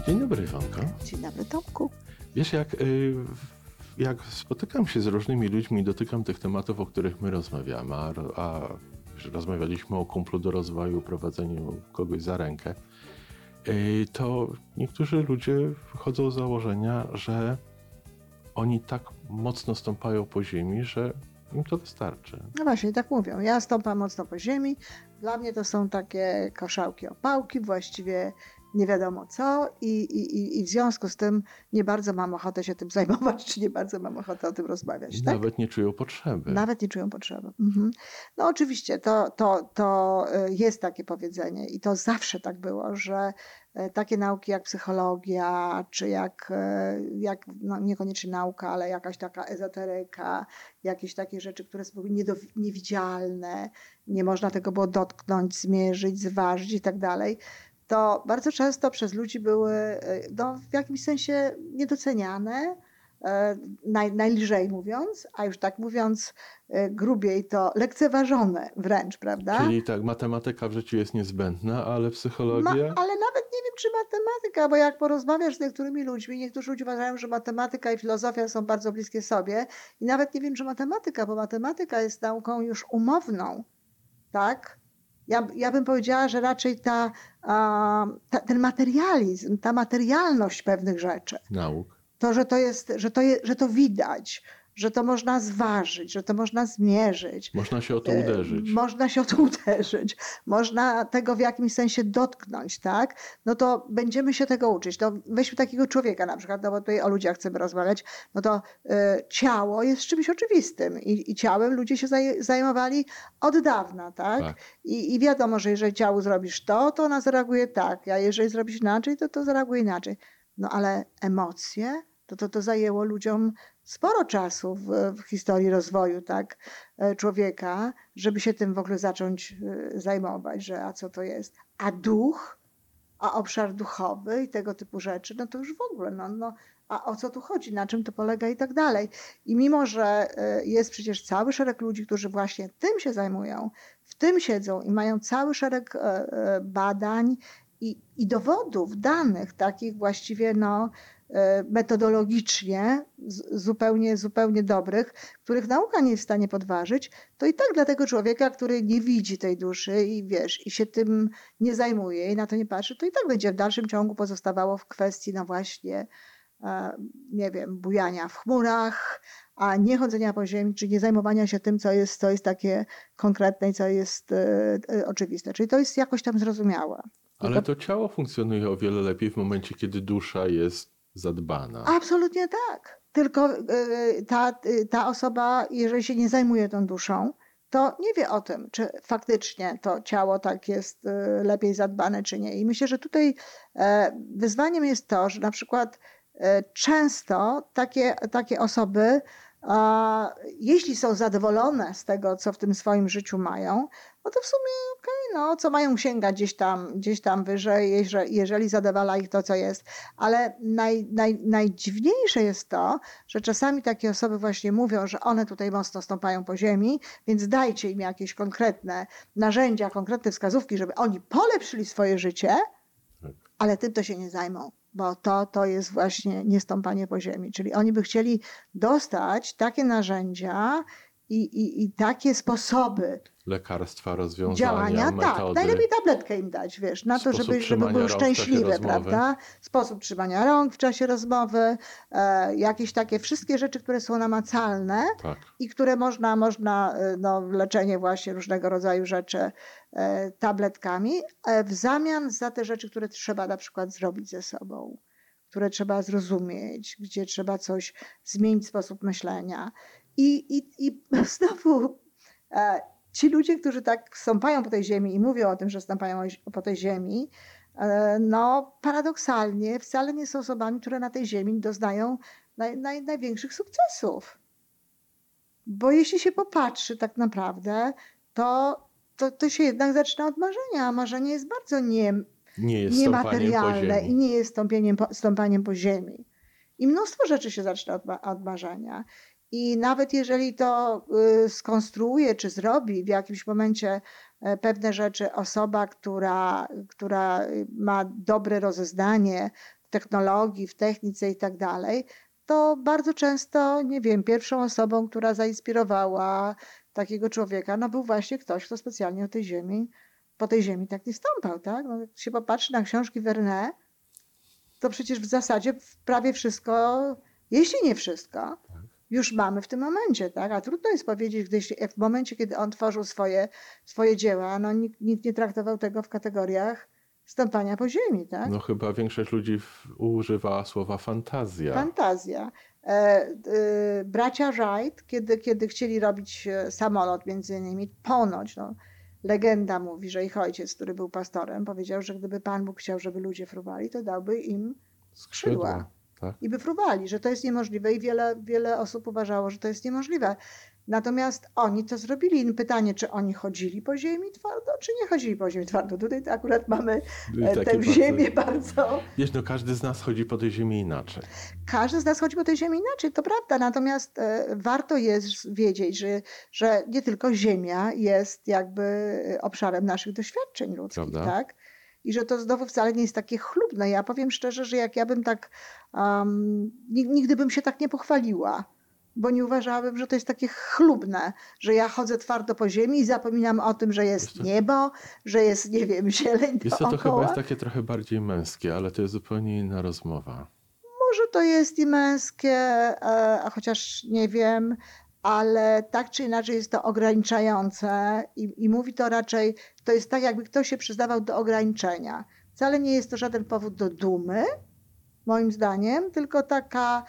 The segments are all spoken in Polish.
Dzień dobry, Iwonko. Dzień dobry, Tomku. Wiesz, jak spotykam się z różnymi ludźmi i dotykam tych tematów, o których my rozmawiamy, a rozmawialiśmy o kumplu do rozwoju, prowadzeniu kogoś za rękę, to niektórzy ludzie wychodzą z założenia, że oni tak mocno stąpają po ziemi, że im to wystarczy. No właśnie, tak mówią. Ja stąpam mocno po ziemi. Dla mnie to są takie koszałki opałki, właściwie nie wiadomo co i w związku z tym nie bardzo mam ochotę się tym zajmować, czy nie bardzo mam ochotę o tym rozmawiać. Tak? Nawet nie czują potrzeby. Nawet nie czują potrzeby. Mhm. No oczywiście, to jest takie powiedzenie i to zawsze tak było, że takie nauki jak psychologia, czy jak no niekoniecznie nauka, ale jakaś taka ezoteryka, jakieś takie rzeczy, które były niewidzialne, nie można tego było dotknąć, zmierzyć, zważyć i tak dalej, to bardzo często przez ludzi były w jakimś sensie niedoceniane, najlżej mówiąc, a już tak mówiąc grubiej, to lekceważone wręcz, prawda? Czyli tak, matematyka w życiu jest niezbędna, ale psychologia? Ale nawet nie wiem, czy matematyka, bo jak porozmawiasz z niektórymi ludźmi, niektórzy ludzie uważają, że matematyka i filozofia są bardzo bliskie sobie i nawet nie wiem, czy matematyka, bo matematyka jest nauką już umowną, tak? Ja bym powiedziała, że raczej ten materializm, ta materialność pewnych rzeczy, Nauk. to, że to widać, że to można zważyć, że to można zmierzyć. Można się o to uderzyć. Można się o to uderzyć. Można tego w jakimś sensie dotknąć, tak? No to będziemy się tego uczyć. No weźmy takiego człowieka na przykład, no bo tutaj o ludziach chcemy rozmawiać, no to ciało jest czymś oczywistym i ciałem ludzie się zajmowali od dawna, tak? Tak. I wiadomo, że jeżeli ciału zrobisz to ona zareaguje tak, a jeżeli zrobisz inaczej, to zareaguje inaczej. No ale emocje, to zajęło ludziom sporo czasu w historii rozwoju, tak, człowieka, żeby się tym w ogóle zacząć zajmować, że a co to jest. A duch, a obszar duchowy i tego typu rzeczy, no to już w ogóle, a o co tu chodzi, na czym to polega i tak dalej. I mimo, że jest przecież cały szereg ludzi, którzy właśnie tym się zajmują, w tym siedzą i mają cały szereg badań i dowodów, danych takich właściwie metodologicznie zupełnie dobrych, których nauka nie jest w stanie podważyć, to i tak dla tego człowieka, który nie widzi tej duszy i się tym nie zajmuje i na to nie patrzy, to i tak będzie w dalszym ciągu pozostawało w kwestii właśnie, nie wiem, bujania w chmurach, a nie chodzenia po ziemi, czy nie zajmowania się tym, co jest takie konkretne i co jest oczywiste. Czyli to jest jakoś tam zrozumiałe. Ale to ciało funkcjonuje o wiele lepiej w momencie, kiedy dusza jest zadbana. Absolutnie tak. Tylko ta osoba, jeżeli się nie zajmuje tą duszą, to nie wie o tym, czy faktycznie to ciało tak jest lepiej zadbane, czy nie. I myślę, że tutaj wyzwaniem jest to, że na przykład często takie osoby, jeśli są zadowolone z tego, co w tym swoim życiu mają, no to w sumie okej, co mają sięgać gdzieś tam wyżej, jeżeli zadowala ich to, co jest. Ale najdziwniejsze jest to, że czasami takie osoby właśnie mówią, że one tutaj mocno stąpają po ziemi, więc dajcie im jakieś konkretne narzędzia, konkretne wskazówki, żeby oni polepszyli swoje życie, ale tym to się nie zajmą, bo to jest właśnie niestąpanie po ziemi. Czyli oni by chcieli dostać takie narzędzia i takie sposoby lekarstwa, rozwiązania, działania, metody. Tak, najlepiej tabletkę im dać, wiesz, na to, żeby były szczęśliwe, prawda? Sposób trzymania rąk w czasie rozmowy, jakieś takie wszystkie rzeczy, które są namacalne tak. I które można leczenie właśnie różnego rodzaju rzeczy tabletkami, w zamian za te rzeczy, które trzeba na przykład zrobić ze sobą, które trzeba zrozumieć, gdzie trzeba coś zmienić, sposób myślenia. I znowu ci ludzie, którzy tak stąpają po tej ziemi i mówią o tym, że stąpają po tej ziemi, paradoksalnie wcale nie są osobami, które na tej ziemi doznają największych sukcesów. Bo jeśli się popatrzy tak naprawdę, to się jednak zaczyna od marzenia, a marzenie jest bardzo niematerialne i nie jest stąpaniem po ziemi. I mnóstwo rzeczy się zaczyna od marzenia. I nawet jeżeli to skonstruuje czy zrobi w jakimś momencie pewne rzeczy osoba, która ma dobre rozeznanie, w technologii, w technice i tak dalej, to bardzo często, nie wiem, pierwszą osobą, która zainspirowała takiego człowieka, no był właśnie ktoś, kto specjalnie po tej ziemi tak nie stąpał, tak? No, jak się popatrzy na książki Verne, to przecież w zasadzie prawie wszystko, jeśli nie wszystko, już mamy w tym momencie, tak? A trudno jest powiedzieć, w momencie, kiedy on tworzył swoje dzieła, no nikt nie traktował tego w kategoriach stąpania po ziemi, tak? No chyba większość ludzi używała słowa fantazja. Fantazja. Bracia Wright, kiedy chcieli robić samolot, między innymi, ponoć, no, legenda mówi, że ich ojciec, który był pastorem, powiedział, że gdyby Pan Bóg chciał, żeby ludzie fruwali, to dałby im skrzydła. Tak. I by fruwali, że to jest niemożliwe i wiele osób uważało, że to jest niemożliwe. Natomiast oni to zrobili. Pytanie, czy oni chodzili po ziemi twardo, czy nie chodzili po ziemi twardo. Tutaj akurat mamy tę ziemię bardzo... Wiesz, no każdy z nas chodzi po tej ziemi inaczej. Każdy z nas chodzi po tej ziemi inaczej, to prawda. Natomiast warto jest wiedzieć, że nie tylko ziemia jest jakby obszarem naszych doświadczeń ludzkich, Prawda? tak? I że to znowu wcale nie jest takie chlubne. Ja powiem szczerze, że jak ja bym tak, nigdy bym się tak nie pochwaliła, bo nie uważałabym, że to jest takie chlubne, że ja chodzę twardo po ziemi i zapominam o tym, że jest niebo, że jest, nie wiem, zieleń dookoła. To chyba jest takie trochę bardziej męskie, ale to jest zupełnie inna rozmowa. Może to jest i męskie, a chociaż nie wiem, ale tak czy inaczej jest to ograniczające i mówi to raczej, to jest tak, jakby ktoś się przyznawał do ograniczenia. Wcale nie jest to żaden powód do dumy, moim zdaniem, tylko taka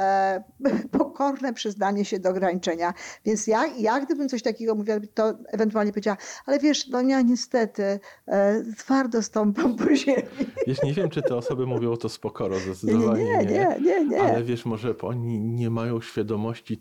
pokorne przyznanie się do ograniczenia. Więc ja gdybym coś takiego mówiła, to ewentualnie powiedziała, ale wiesz, no ja niestety twardo stąpam po ziemi. Wiesz, nie wiem, czy te osoby mówią to z pokorą, zdecydowanie Nie. Ale wiesz, może oni nie mają świadomości,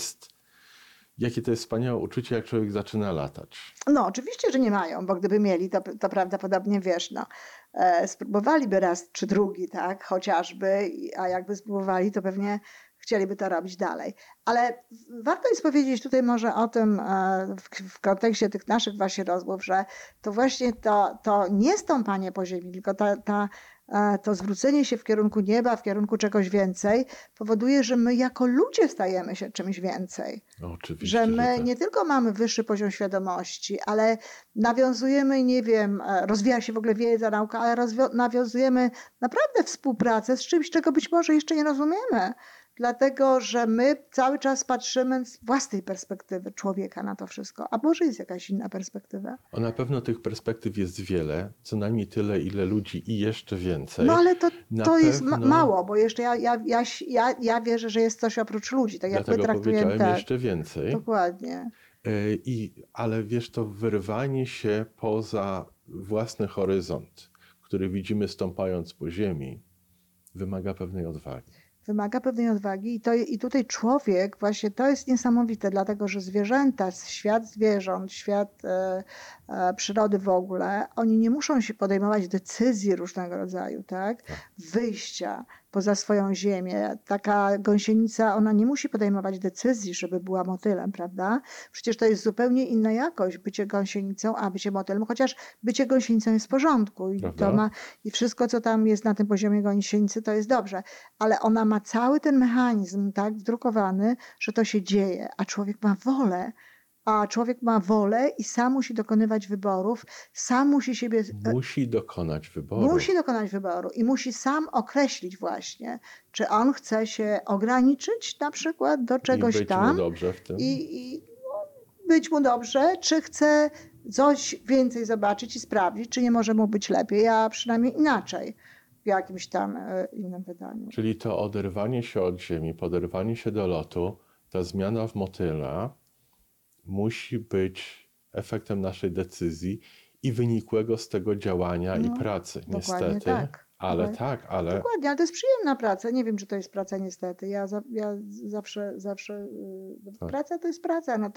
jakie to jest wspaniałe uczucie, jak człowiek zaczyna latać. No, oczywiście, że nie mają, bo gdyby mieli, to prawdopodobnie, wiesz, no, spróbowaliby raz czy drugi, tak, chociażby, a jakby spróbowali, to pewnie chcieliby to robić dalej. Ale warto jest powiedzieć tutaj może o tym w kontekście tych naszych właśnie rozmów, że to właśnie to nie stąpanie po ziemi, tylko to zwrócenie się w kierunku nieba, w kierunku czegoś więcej, powoduje, że my jako ludzie stajemy się czymś więcej. Oczywiście, że my tak. nie tylko mamy wyższy poziom świadomości, ale nawiązujemy, nie wiem, rozwija się w ogóle wiedza, nauka, ale nawiązujemy naprawdę współpracę z czymś, czego być może jeszcze nie rozumiemy. Dlatego, że my cały czas patrzymy z własnej perspektywy człowieka na to wszystko. A może jest jakaś inna perspektywa? Na pewno tych perspektyw jest wiele, co najmniej tyle, ile ludzi i jeszcze więcej. No ale to jest mało, bo jeszcze ja wierzę, że jest coś oprócz ludzi. Tak jak my traktujemy. Powiedziałem jeszcze więcej. Dokładnie. Ale wiesz, to wyrwanie się poza własny horyzont, który widzimy stąpając po ziemi, wymaga pewnej odwagi. Wymaga pewnej odwagi i tutaj człowiek, właśnie to jest niesamowite, dlatego że zwierzęta, świat zwierząt, świat przyrody w ogóle, oni nie muszą się podejmować decyzji różnego rodzaju, tak? Wyjścia poza swoją ziemię. Taka gąsienica, ona nie musi podejmować decyzji, żeby była motylem, prawda? Przecież to jest zupełnie inna jakość, bycie gąsienicą, a bycie motylem, chociaż bycie gąsienicą jest w porządku i wszystko, co tam jest na tym poziomie gąsienicy, to jest dobrze, ale ona ma cały ten mechanizm tak wdrukowany, że to się dzieje, a człowiek ma wolę i sam musi dokonywać wyborów, sam musi siebie... Musi dokonać wyboru. Musi dokonać wyboru i musi sam określić właśnie, czy on chce się ograniczyć na przykład do czegoś być tam. Mu dobrze w tym. I być mu dobrze, czy chce coś więcej zobaczyć i sprawdzić, czy nie może mu być lepiej, a przynajmniej inaczej w jakimś tam innym wydaniu. Czyli to oderwanie się od ziemi, poderwanie się do lotu, ta zmiana w motyla musi być efektem naszej decyzji i wynikłego z tego działania i pracy. Niestety. Tak. Ale. Dokładnie, ale to jest przyjemna praca. Nie wiem, czy to jest praca niestety. Ja zawsze praca to jest praca. No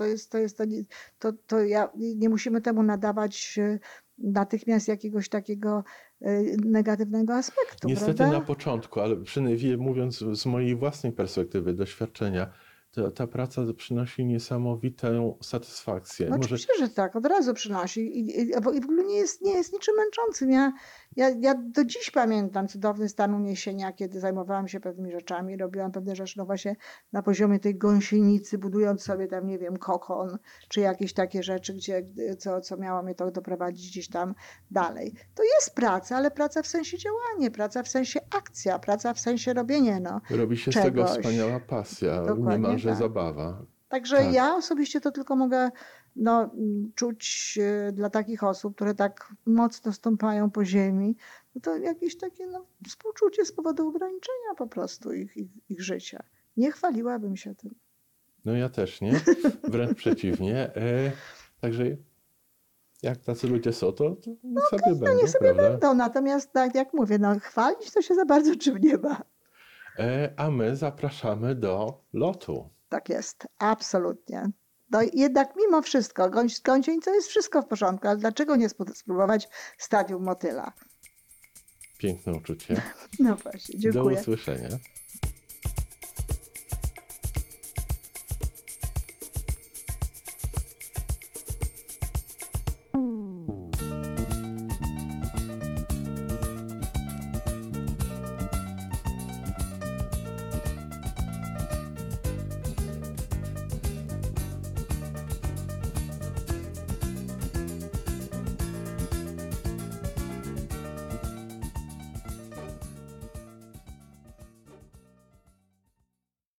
nie musimy temu nadawać natychmiast jakiegoś takiego negatywnego aspektu. Niestety prawda? na początku, ale przynajmniej mówiąc z mojej własnej perspektywy, doświadczenia, ta praca przynosi niesamowitą satysfakcję. No oczywiście, że tak, od razu przynosi i w ogóle nie jest niczym męczącym. Ja Ja do dziś pamiętam cudowny stan uniesienia, kiedy zajmowałam się pewnymi rzeczami, robiłam pewne rzeczy, no właśnie na poziomie tej gąsienicy, budując sobie tam, nie wiem, kokon, czy jakieś takie rzeczy, co miało mnie to doprowadzić gdzieś tam dalej. To jest praca, ale praca w sensie działanie, praca w sensie akcja, praca w sensie robienie, no, Robi się z tego czegoś. wspaniała pasja, Dokładnie niemalże tak. zabawa. Także Tak. ja osobiście to tylko mogę czuć dla takich osób, które tak mocno stąpają po ziemi, no to jakieś takie współczucie z powodu ograniczenia po prostu ich życia. Nie chwaliłabym się tym. No ja też nie, wręcz przeciwnie. Także jak tacy ludzie są, to niech sobie będą, Niech sobie prawda? będą, natomiast tak jak mówię, chwalić to się za bardzo czym nie ma. A my zapraszamy do lotu. Tak jest, absolutnie. No jednak mimo wszystko, z gąsienicą jest wszystko w porządku, ale dlaczego nie spróbować stadium motyla? Piękne uczucie. No właśnie, Do dziękuję. usłyszenia.